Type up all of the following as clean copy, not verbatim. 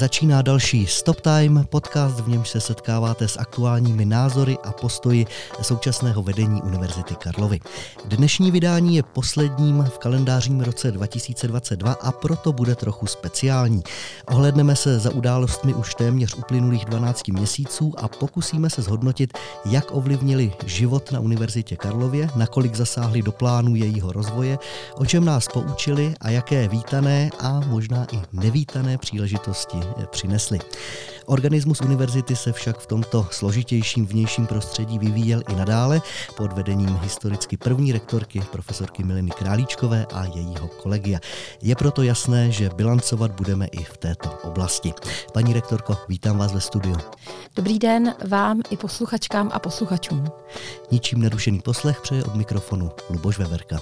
Začíná další Stop Time, podcast, v němž se setkáváte s aktuálními názory a postoji současného vedení Univerzity Karlovy. Dnešní vydání je posledním v kalendářním roce 2022 a proto bude trochu speciální. Ohlédneme se za událostmi už téměř uplynulých 12 měsíců a pokusíme se zhodnotit, jak ovlivnili život na Univerzitě Karlově, nakolik zasáhli do plánu jejího rozvoje, o čem nás poučili a jaké vítané a možná i nevítané příležitosti přinesli. Organismus univerzity se však v tomto složitějším vnějším prostředí vyvíjel i nadále pod vedením historicky první rektorky profesorky Mileny Králíčkové a jejího kolegia. Je proto jasné, že bilancovat budeme i v této oblasti. Paní rektorko, vítám vás ve studiu. Dobrý den vám i posluchačkám a posluchačům. Ničím nerušený poslech přeje od mikrofonu Luboš Veverka.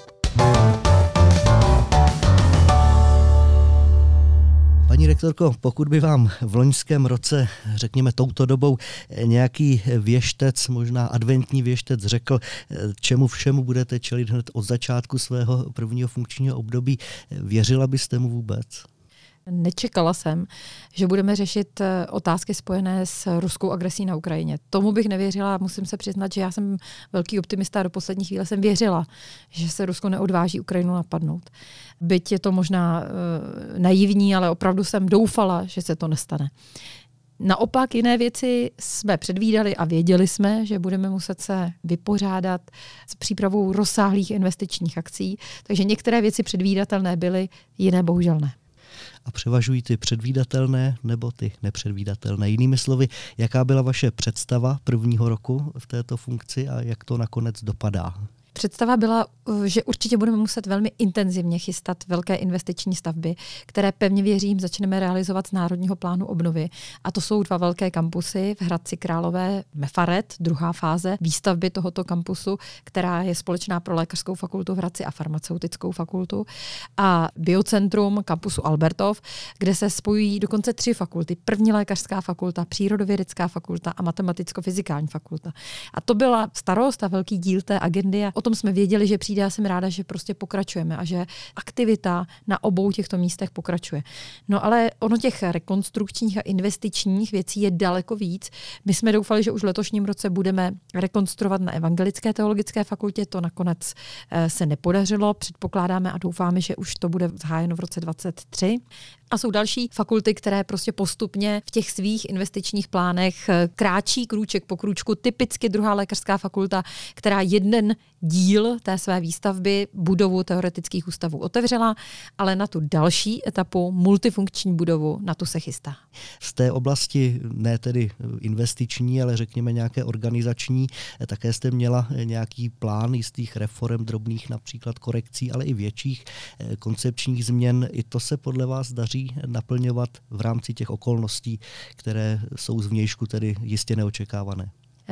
Paní rektorko, pokud by vám v loňském roce, řekněme touto dobou, nějaký věštec, možná adventní věštec řekl, čemu všemu budete čelit hned od začátku svého prvního funkčního období, věřila byste mu vůbec? Nečekala jsem, že budeme řešit otázky spojené s ruskou agresí na Ukrajině. Tomu bych nevěřila, musím se přiznat, že já jsem velký optimista a do poslední chvíle jsem věřila, že se Rusko neodváží Ukrajinu napadnout. Byť je to možná naivní, ale opravdu jsem doufala, že se to nestane. Naopak jiné věci jsme předvídali a věděli jsme, že budeme muset se vypořádat s přípravou rozsáhlých investičních akcí, takže některé věci předvídatelné byly, jiné bohužel ne. A převažují ty předvídatelné nebo ty nepředvídatelné? Jinými slovy, jaká byla vaše představa prvního roku v této funkci a jak to nakonec dopadá? Představa byla, že určitě budeme muset velmi intenzivně chystat velké investiční stavby, které pevně věřím začneme realizovat z Národního plánu obnovy. A to jsou 2 velké kampusy v Hradci Králové, Mefaret, druhá fáze výstavby tohoto kampusu, která je společná pro lékařskou fakultu v Hradci a farmaceutickou fakultu. A biocentrum kampusu Albertov, kde se spojují dokonce 3 fakulty. První lékařská fakulta, přírodovědecká fakulta a matematicko-fyzikální fakulta. A to byla starost a velký díl té agendy. O tom jsme věděli, že přijde, já jsem ráda, že prostě pokračujeme a že aktivita na obou těchto místech pokračuje. No ale ono těch rekonstrukčních a investičních věcí je daleko víc. My jsme doufali, že už v letošním roce budeme rekonstruovat na Evangelické teologické fakultě, to nakonec se nepodařilo, předpokládáme a doufáme, že už to bude zahájeno v roce 2023. A jsou další fakulty, které prostě postupně v těch svých investičních plánech kráčí krůček po krůčku. Typicky druhá lékařská fakulta, která jeden díl té své výstavby, budovu teoretických ústavů otevřela, ale na tu další etapu, multifunkční budovu, na tu se chystá. Z té oblasti ne tedy investiční, ale řekněme nějaké organizační, také jste měla nějaký plán jistých reforem, drobných například korekcí, ale i větších koncepčních změn. I to se podle vás daří naplňovat v rámci těch okolností, které jsou zvnějšku tedy jistě neočekávané?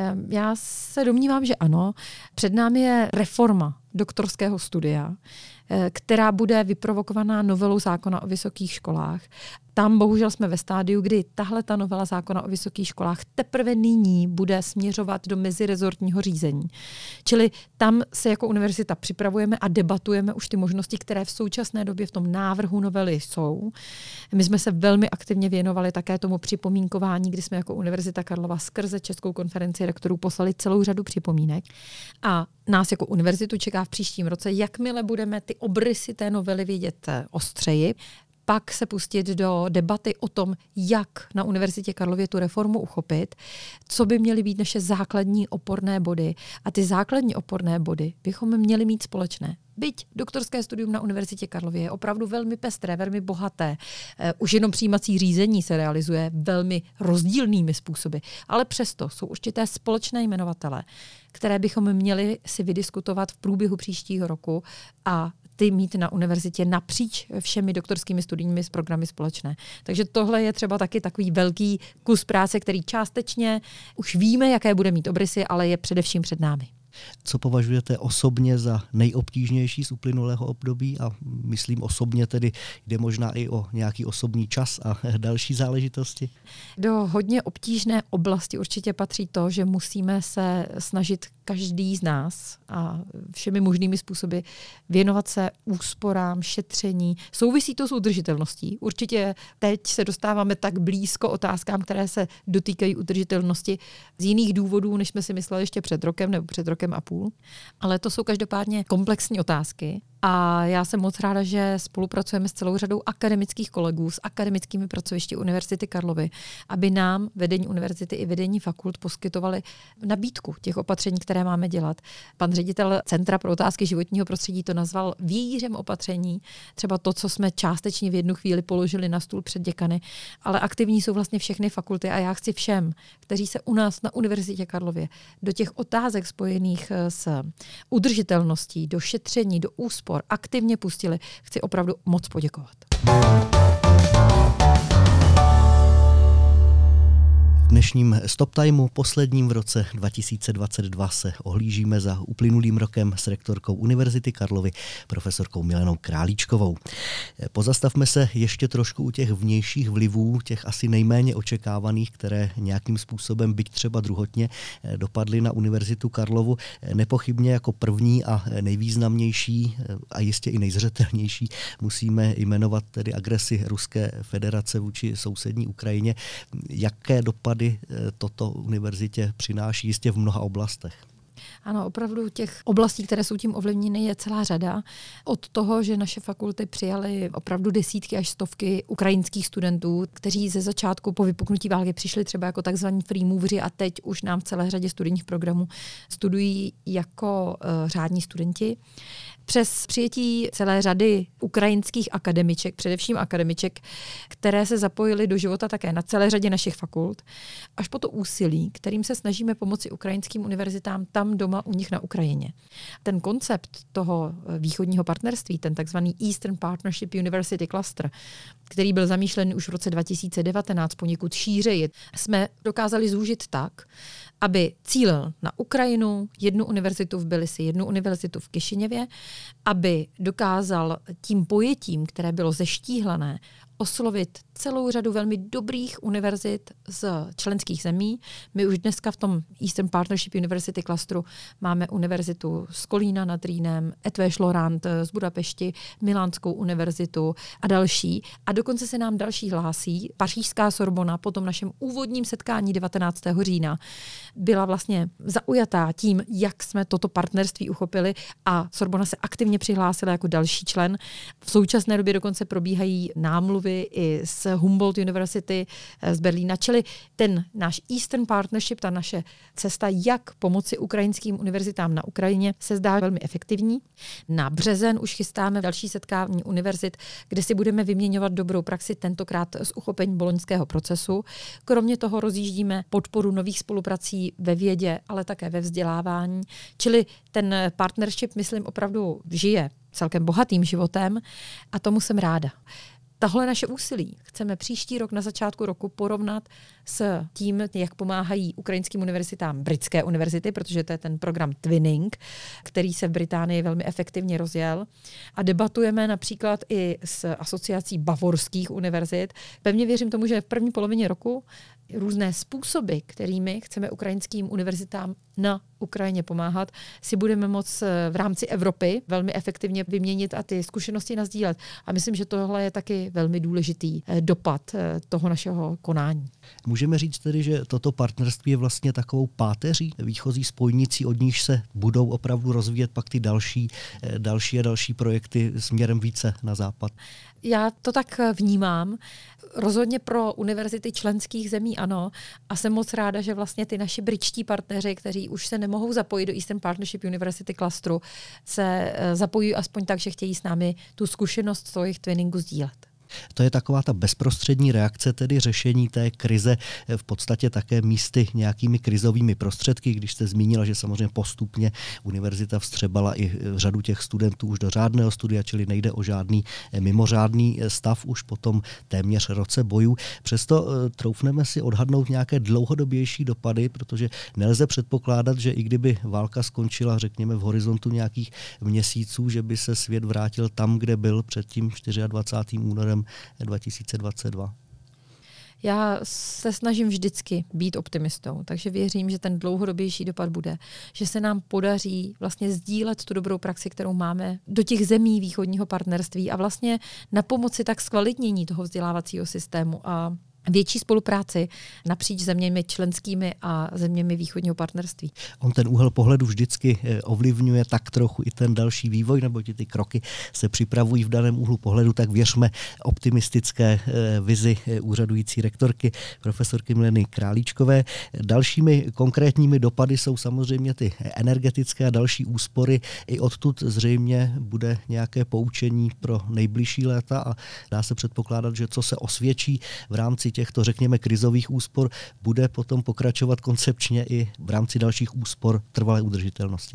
Já se domnívám, že ano. Před námi je reforma doktorského studia, která bude vyprovokovaná novelou zákona o vysokých školách. Tam bohužel jsme ve stádiu, kdy tahle ta novela zákona o vysokých školách teprve nyní bude směřovat do mezirezortního řízení. Čili tam se jako univerzita připravujeme a debatujeme už ty možnosti, které v současné době v tom návrhu novely jsou. My jsme se velmi aktivně věnovali také tomu připomínkování, kdy jsme jako Univerzita Karlova skrze Českou konferenci rektorů poslali celou řadu připomínek. A nás jako univerzitu čeká v příštím roce, jakmile budeme ty obrysy té novely vědět ostřeji, pak se pustit do debaty o tom, jak na Univerzitě Karlově tu reformu uchopit, co by měly být naše základní oporné body. A ty základní oporné body bychom měli mít společné. Byť doktorské studium na Univerzitě Karlově je opravdu velmi pestré, velmi bohaté. Už jenom přijímací řízení se realizuje velmi rozdílnými způsoby, ale přesto jsou určité společné jmenovatele, které bychom měli si vydiskutovat v průběhu příštího roku a ty mít na univerzitě napříč všemi doktorskými studijními programy společné. Takže tohle je třeba taky takový velký kus práce, který částečně už víme, jaké bude mít obrysy, ale je především před námi. Co považujete osobně za nejobtížnější z uplynulého období a myslím osobně tedy jde možná i o nějaký osobní čas a další záležitosti? Do hodně obtížné oblasti určitě patří to, že musíme se snažit každý z nás a všemi možnými způsoby věnovat se úsporám, šetření. Souvisí to s udržitelností. Určitě teď se dostáváme tak blízko otázkám, které se dotýkají udržitelnosti z jiných důvodů, než jsme si mysleli ještě před rokem nebo před rokem a půl. Ale to jsou každopádně komplexní otázky. A já jsem moc ráda, že spolupracujeme s celou řadou akademických kolegů, s akademickými pracovišti Univerzity Karlovy, aby nám vedení univerzity i vedení fakult poskytovali nabídku těch opatření, které máme dělat. Pan ředitel Centra pro otázky životního prostředí to nazval vějířem opatření, třeba to, co jsme částečně v jednu chvíli položili na stůl před děkany, ale aktivní jsou vlastně všechny fakulty a já chci všem, kteří se u nás na Univerzitě Karlově do těch otázek spojených s udržitelností, do šetření, do úspor aktivně pustili, chci opravdu moc poděkovat. V dnešním Stop Timeu, posledním v roce 2022, se ohlížíme za uplynulým rokem s rektorkou Univerzity Karlovy, profesorkou Milenou Králíčkovou. Pozastavme se ještě trošku u těch vnějších vlivů, těch asi nejméně očekávaných, které nějakým způsobem, byť třeba druhotně, dopadly na Univerzitu Karlovu. Nepochybně jako první a nejvýznamnější a jistě i nejzřetelnější musíme jmenovat tedy agresi Ruské federace vůči sousední Ukrajině. Jaké dopady toto univerzitě přináší jistě v mnoha oblastech? Ano, opravdu těch oblastí, které jsou tím ovlivněny, je celá řada. Od toho, že naše fakulty přijaly opravdu desítky až stovky ukrajinských studentů, kteří ze začátku po vypuknutí války přišli třeba jako takzvaní free moveri a teď už nám v celé řadě studijních programů studují jako řádní studenti. Přes přijetí celé řady ukrajinských akademiček, především akademiček, které se zapojily do života také na celé řadě našich fakult, až po to úsilí, kterým se snažíme pomoci ukrajinským univerzitám tam doma u nich na Ukrajině. Ten koncept toho východního partnerství, ten takzvaný Eastern Partnership University Cluster, který byl zamýšlen už v roce 2019 poněkud šířeji, jsme dokázali zúžit tak, aby cílil na Ukrajinu, jednu univerzitu v Tbilisi, jednu univerzitu v Kišiněvě, aby dokázal tím pojetím, které bylo zeštíhlené, oslovit celou řadu velmi dobrých univerzit z členských zemí. My už dneska v tom Eastern Partnership University Clusteru máme univerzitu z Kolína nad Rýnem, Eötvös Loránd z Budapešti, Milánskou univerzitu a další. A dokonce se nám další hlásí. Pařížská Sorbona po tom našem úvodním setkání 19. října byla vlastně zaujatá tím, jak jsme toto partnerství uchopili a Sorbona se aktivně přihlásila jako další člen. V současné době dokonce probíhají námluvy i z Humboldt University z Berlína, čili ten náš Eastern Partnership, ta naše cesta, jak pomoci ukrajinským univerzitám na Ukrajině, se zdá velmi efektivní. Na březen už chystáme další setkání univerzit, kde si budeme vyměňovat dobrou praxi, tentokrát z uchopení boloňského procesu. Kromě toho rozjíždíme podporu nových spoluprací ve vědě, ale také ve vzdělávání, čili ten partnership, myslím, opravdu žije celkem bohatým životem a tomu jsem ráda. Tahle naše úsilí chceme příští rok na začátku roku porovnat s tím, jak pomáhají ukrajinským univerzitám britské univerzity, protože to je ten program Twinning, který se v Británii velmi efektivně rozjel. A debatujeme například i s asociací bavorských univerzit. Pevně věřím tomu, že v první polovině roku různé způsoby, kterými chceme ukrajinským univerzitám na Ukrajině pomáhat, si budeme moct v rámci Evropy velmi efektivně vyměnit a ty zkušenosti nasdílet. A myslím, že tohle je taky velmi důležitý dopad toho našeho konání. Můžeme říct tedy, že toto partnerství je vlastně takovou páteří, výchozí spojnicí, od níž se budou opravdu rozvíjet pak ty další projekty směrem více na západ. Já to tak vnímám. Rozhodně pro univerzity členských zemí ano. A jsem moc ráda, že vlastně ty naši britští partneři, kteří už se nemohou zapojit do Eastern Partnership University Clusteru, se zapojují aspoň tak, že chtějí s námi tu zkušenost z jejich twinningu sdílet. To je taková ta bezprostřední reakce, tedy řešení té krize v podstatě také místy nějakými krizovými prostředky, když jste zmínila, že samozřejmě postupně univerzita vstřebala i řadu těch studentů už do řádného studia, čili nejde o žádný mimořádný stav už po tom téměř roce bojů. Přesto troufneme si odhadnout nějaké dlouhodobější dopady, protože nelze předpokládat, že i kdyby válka skončila, řekněme, v horizontu nějakých měsíců, že by se svět vrátil tam, kde byl před tím 24. únorem 2022. Já se snažím vždycky být optimistou, takže věřím, že ten dlouhodobější dopad bude, že se nám podaří vlastně sdílet tu dobrou praxi, kterou máme do těch zemí východního partnerství a vlastně na pomoci tak zkvalitnění toho vzdělávacího systému a větší spolupráci napříč zeměmi členskými a zeměmi východního partnerství. On ten úhel pohledu vždycky ovlivňuje tak trochu i ten další vývoj, nebo ty kroky se připravují v daném úhlu pohledu, tak věřme optimistické vizi úřadující rektorky profesorky Mileny Králíčkové. Dalšími konkrétními dopady jsou samozřejmě ty energetické a další úspory. I odtud zřejmě bude nějaké poučení pro nejbližší léta a dá se předpokládat, že co se osvědčí v rámci těchto, řekněme, krizových úspor, bude potom pokračovat koncepčně i v rámci dalších úspor trvalé udržitelnosti.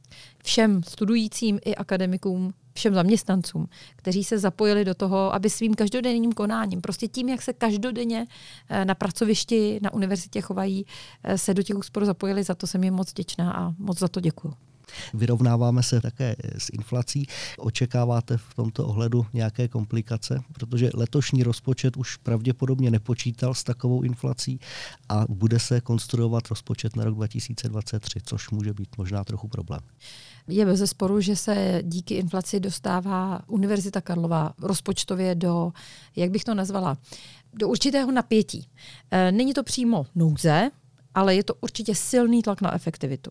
Všem studujícím i akademikům, všem zaměstnancům, kteří se zapojili do toho, aby svým každodenním konáním, prostě tím, jak se každodenně na pracovišti, na univerzitě chovají, se do těch úspor zapojili, za to jsem jim moc vděčná a moc za to děkuju. Vyrovnáváme se také s inflací. Očekáváte v tomto ohledu nějaké komplikace? Protože letošní rozpočet už pravděpodobně nepočítal s takovou inflací a bude se konstruovat rozpočet na rok 2023, což může být možná trochu problém. Je bezesporu, že se díky inflaci dostává Univerzita Karlova rozpočtově do, jak bych to nazvala, do určitého napětí. Není to přímo nouze, ale je to určitě silný tlak na efektivitu.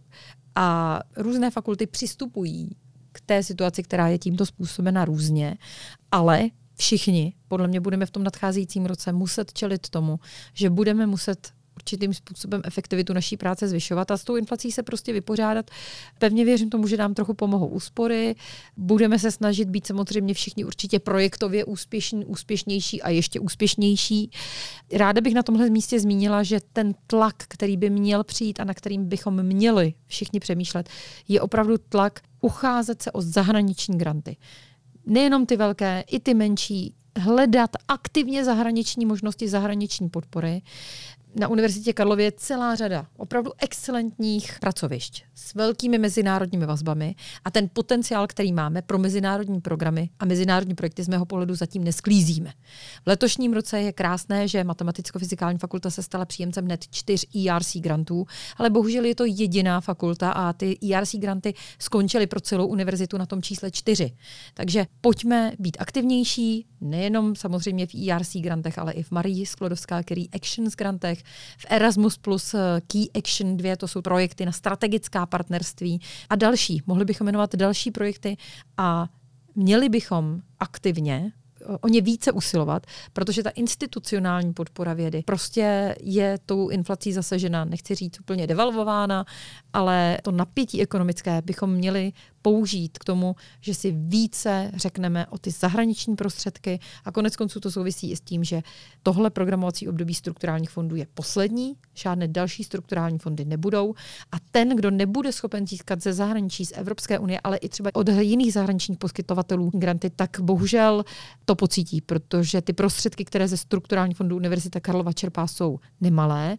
A různé fakulty přistupují k té situaci, která je tímto způsobena různě, ale všichni, podle mě, budeme v tom nadcházejícím roce muset čelit tomu, že budeme muset určitým způsobem efektivitu naší práce zvyšovat a s tou inflací se prostě vypořádat. Pevně věřím tomu, že nám trochu pomohou úspory. Budeme se snažit být samozřejmě všichni určitě projektově úspěšnější a ještě úspěšnější. Ráda bych na tomhle místě zmínila, že ten tlak, který by měl přijít a na kterým bychom měli všichni přemýšlet, je opravdu tlak ucházet se o zahraniční granty. Nejenom ty velké, i ty menší, hledat aktivně zahraniční možnosti zahraniční podpory. Na Univerzitě Karlově je celá řada opravdu excelentních pracovišť s velkými mezinárodními vazbami a ten potenciál, který máme pro mezinárodní programy a mezinárodní projekty z mého pohledu zatím nesklízíme. V letošním roce je krásné, že Matematicko-fyzikální fakulta se stala příjemcem hned 4 ERC grantů, ale bohužel je to jediná fakulta a ty ERC granty skončily pro celou univerzitu na tom čísle 4. Takže pojďme být aktivnější, nejenom samozřejmě v ERC grantech, ale i v Marii Sklodovská-Curie Actions grantech, v Erasmus plus Key Action 2, to jsou projekty na strategická partnerství a další. Mohli bychom jmenovat další projekty a měli bychom aktivně o ně více usilovat, protože ta institucionální podpora vědy prostě je tou inflací zasažena, nechci říct úplně devalvována, ale to napětí ekonomické bychom měli použít k tomu, že si více řekneme o ty zahraniční prostředky a konec konců to souvisí i s tím, že tohle programovací období strukturálních fondů je poslední, žádné další strukturální fondy nebudou a ten, kdo nebude schopen získat ze zahraničí, z Evropské unie, ale i třeba od jiných zahraničních poskytovatelů granty, tak bohužel to pocítí, protože ty prostředky, které ze strukturálních fondů Univerzita Karlova čerpá, jsou nemalé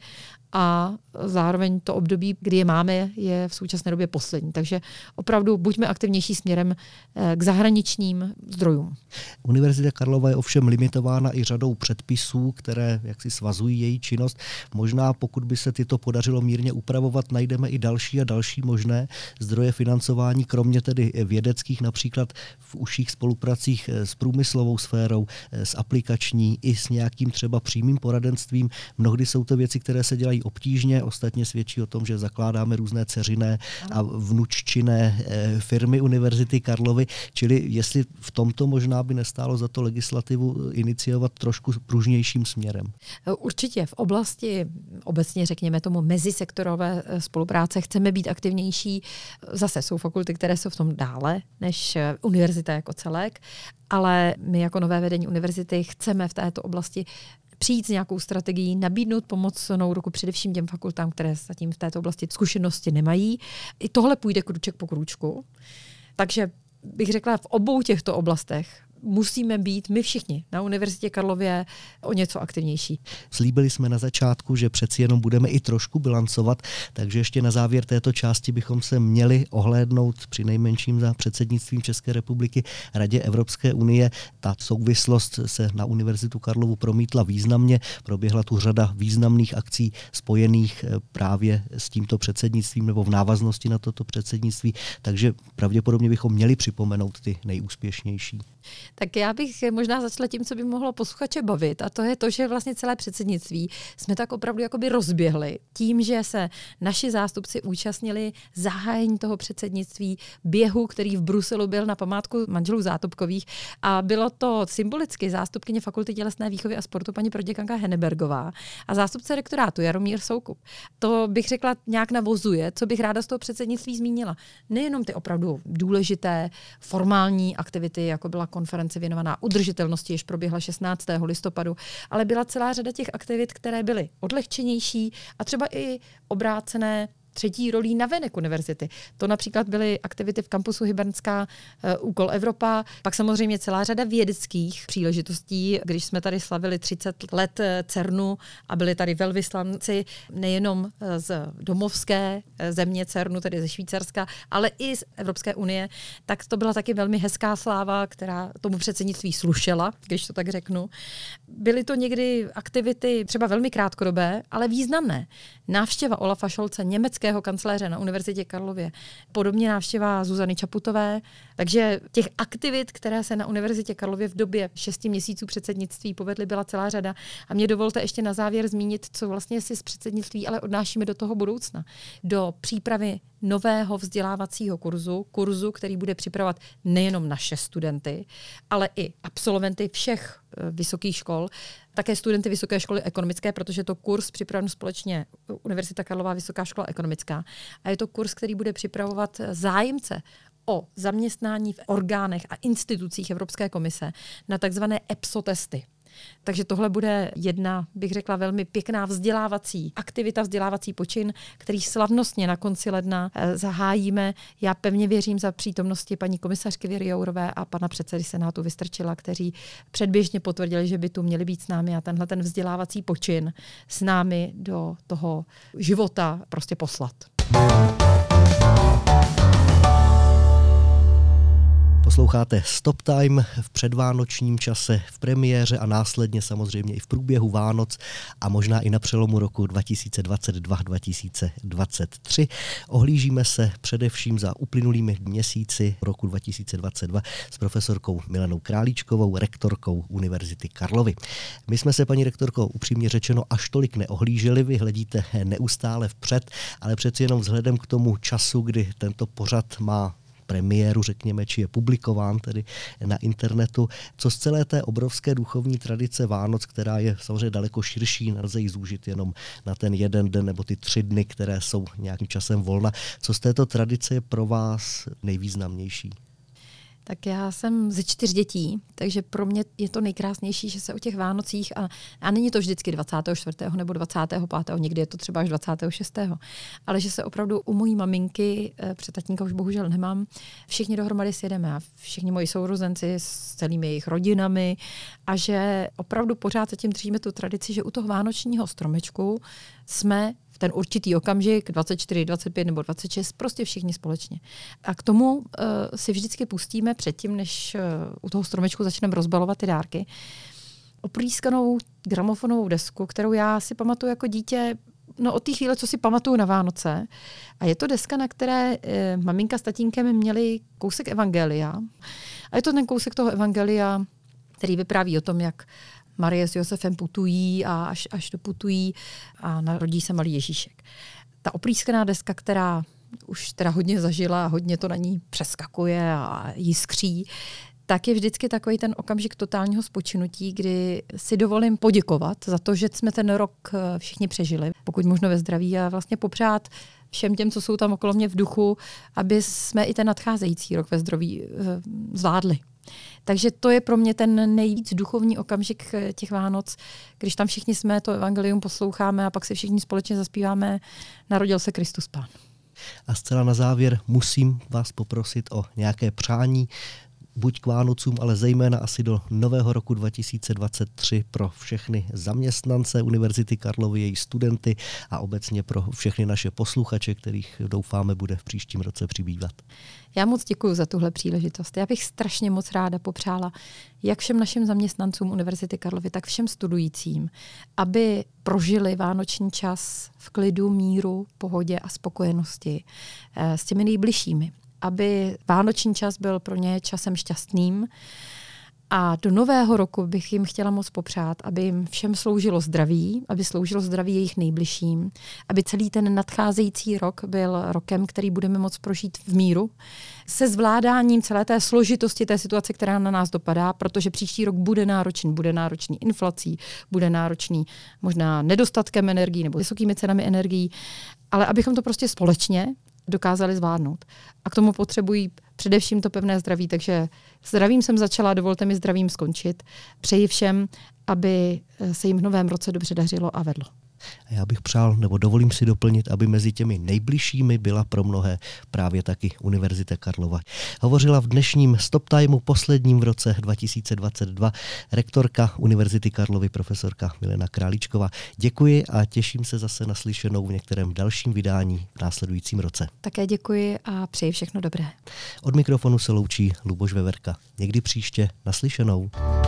a zároveň to období, kdy je máme, je v současné době poslední. Takže opravdu buďme aktivnější směrem k zahraničním zdrojům. Univerzita Karlova je ovšem limitována i řadou předpisů, které jaksi svazují její činnost. Možná pokud by se tyto podařilo mírně upravovat, najdeme i další a další možné zdroje financování, kromě tedy vědeckých, například v užších spolupracích s průmyslovou sférou, s aplikační i s nějakým třeba přímým poradenstvím. Mnohdy jsou to věci, které se dělají obtížně, ostatně svědčí o tom, že zakládáme různé dceřiné a vnuččinné firmy Univerzity Karlovy, čili jestli v tomto možná by nestálo za to legislativu iniciovat trošku pružnějším směrem. Určitě v oblasti obecně řekněme tomu mezisektorové spolupráce chceme být aktivnější. Zase jsou fakulty, které jsou v tom dále než univerzita jako celek, ale my jako nové vedení univerzity chceme v této oblasti přijít s nějakou strategií, nabídnout pomocnou ruku především těm fakultám, které zatím v této oblasti zkušenosti nemají. I tohle půjde krůček po krůčku. Takže bych řekla, v obou těchto oblastech musíme být my všichni na Univerzitě Karlově o něco aktivnější. Slíbili jsme na začátku, že přeci jenom budeme i trošku bilancovat, takže ještě na závěr této části bychom se měli ohlédnout přinejmenším za předsednictvím České republiky Radě Evropské unie. Ta souvislost se na Univerzitu Karlovu promítla významně, proběhla tu řada významných akcí spojených právě s tímto předsednictvím nebo v návaznosti na toto předsednictví, takže pravděpodobně bychom měli připomenout ty nejúspěšnější. Tak já bych možná začala tím, co by mohlo posluchače bavit, a to je to, že vlastně celé předsednictví jsme tak opravdu jakoby rozběhli tím, že se naši zástupci účastnili zahájení toho předsednictví, běhu, který v Bruselu byl na památku manželů Zátopkových, a bylo to symbolicky zástupkyně Fakulty tělesné výchovy a sportu paní proděkanka Hennebergová a zástupce rektorátu Jaromír Soukup. To bych řekla nějak navozuje, co bych ráda z toho předsednictví zmínila. Nejenom ty opravdu důležité formální aktivity, jako byla konference věnovaná udržitelnosti, jež proběhla 16. listopadu, ale byla celá řada těch aktivit, které byly odlehčenější a třeba i obrácené třetí rolí navenek univerzity. To například byly aktivity v kampusu Hybernská, Úkol Evropa, pak samozřejmě celá řada vědeckých příležitostí, když jsme tady slavili 30 let CERNu a byli tady velvyslanci nejenom z domovské země CERNu, tedy ze Švýcarska, ale i z Evropské unie, tak to byla taky velmi hezká sláva, která tomu předsednictví slušela, když to tak řeknu. Byly to někdy aktivity třeba velmi krátkodobé, ale významné. Návštěva Olafa Scholze, německého kancléře na Univerzitě Karlově, podobně návštěva Zuzany Čaputové. Takže těch aktivit, které se na Univerzitě Karlově v době 6 měsíců předsednictví povedly, byla celá řada. A mě dovolte ještě na závěr zmínit, co vlastně si z předsednictví ale odnášíme do toho budoucna. Do přípravy nového vzdělávacího kurzu, který bude připravovat nejenom naše studenty, ale i absolventy všech vysokých škol, také studenty Vysoké školy ekonomické, protože to kurz připraven společně Univerzita Karlová Vysoká škola ekonomická. A je to kurz, který bude připravovat zájemce o zaměstnání v orgánech a institucích Evropské komise na takzvané EPSO testy. Takže tohle bude jedna, bych řekla, velmi pěkná vzdělávací aktivita, vzdělávací počin, který slavnostně na konci ledna zahájíme. Já pevně věřím za přítomnosti paní komisařky Věry Jourové a pana předsedy Senátu Vystrčila, kteří předběžně potvrdili, že by tu měli být s námi a tenhle ten vzdělávací počin s námi do toho života prostě poslat. Posloucháte Stop Time v předvánočním čase, v premiéře a následně samozřejmě i v průběhu Vánoc a možná i na přelomu roku 2022-2023. Ohlížíme se především za uplynulými měsíci roku 2022 s profesorkou Milanou Králíčkovou, rektorkou Univerzity Karlovy. My jsme se, paní rektorko, upřímně řečeno až tolik neohlíželi, vy hledíte neustále vpřed, ale přeci jenom vzhledem k tomu času, kdy tento pořad má premiéru, řekněme, či je publikován tedy na internetu. Co z celé té obrovské duchovní tradice Vánoc, která je samozřejmě daleko širší, nelze ji zúžit jenom na ten jeden den nebo ty 3 dny, které jsou nějakým časem volna. Co z této tradice je pro vás nejvýznamnější? Tak já jsem ze 4 dětí, takže pro mě je to nejkrásnější, že se o těch Vánocích, a není to vždycky 24. nebo 25. někdy je to třeba až 26. ale že se opravdu u mojí maminky, protože tatínka už bohužel nemám, všichni dohromady sjedeme a všichni moji sourozenci s celými jejich rodinami a že opravdu pořád se tím držíme tu tradici, že u toho vánočního stromečku jsme v ten určitý okamžik, 24, 25 nebo 26, prostě všichni společně. A k tomu si vždycky pustíme předtím, než u toho stromečku začneme rozbalovat ty dárky, oprýskanou gramofonovou desku, kterou já si pamatuju jako dítě, od té chvíle, co si pamatuju na Vánoce. A je to deska, na které maminka s tatínkem měli kousek evangelia. A je to ten kousek toho evangelia, který vypráví o tom, jak Marie s Josefem putují a až doputují a narodí se malý Ježíšek. Ta oprýskaná deska, která už teda hodně zažila a hodně to na ní přeskakuje a jiskří, tak je vždycky takový ten okamžik totálního spočinutí, kdy si dovolím poděkovat za to, že jsme ten rok všichni přežili, pokud možno ve zdraví, a vlastně popřát všem těm, co jsou tam okolo mě v duchu, aby jsme i ten nadcházející rok ve zdraví zvládli. Takže to je pro mě ten nejvíc duchovní okamžik těch Vánoc, když tam všichni jsme, to evangelium posloucháme a pak si všichni společně zaspíváme Narodil se Kristus Pán. A zcela na závěr musím vás poprosit o nějaké přání buď k Vánocům, ale zejména asi do nového roku 2023 pro všechny zaměstnance Univerzity Karlovy, její studenty a obecně pro všechny naše posluchače, kterých doufáme bude v příštím roce přibývat. Já moc děkuji za tuhle příležitost. Já bych strašně moc ráda popřála jak všem našim zaměstnancům Univerzity Karlovy, tak všem studujícím, aby prožili vánoční čas v klidu, míru, pohodě a spokojenosti s těmi nejbližšími. Aby vánoční čas byl pro ně časem šťastným. A do nového roku bych jim chtěla moc popřát, aby jim všem sloužilo zdraví, aby sloužilo zdraví jejich nejbližším, aby celý ten nadcházející rok byl rokem, který budeme moct prožít v míru, se zvládáním celé té složitosti té situace, která na nás dopadá, protože příští rok bude náročný inflací, bude náročný možná nedostatkem energií nebo vysokými cenami energií, ale abychom to prostě společně dokázali zvládnout. A k tomu potřebují především to pevné zdraví, takže zdravím jsem začala, dovolte mi zdravím skončit. Přeji všem, aby se jim v novém roce dobře dařilo a vedlo. Já bych přál, nebo dovolím si doplnit, aby mezi těmi nejbližšími byla pro mnohé právě taky Univerzita Karlova. Hovořila v dnešním Stop Timeu, posledním v roce 2022, rektorka Univerzity Karlovy, profesorka Milena Králíčková. Děkuji a těším se zase na slyšenou v některém dalším vydání v následujícím roce. Také děkuji a přeji všechno dobré. Od mikrofonu se loučí Luboš Veverka. Někdy příště naslyšenou.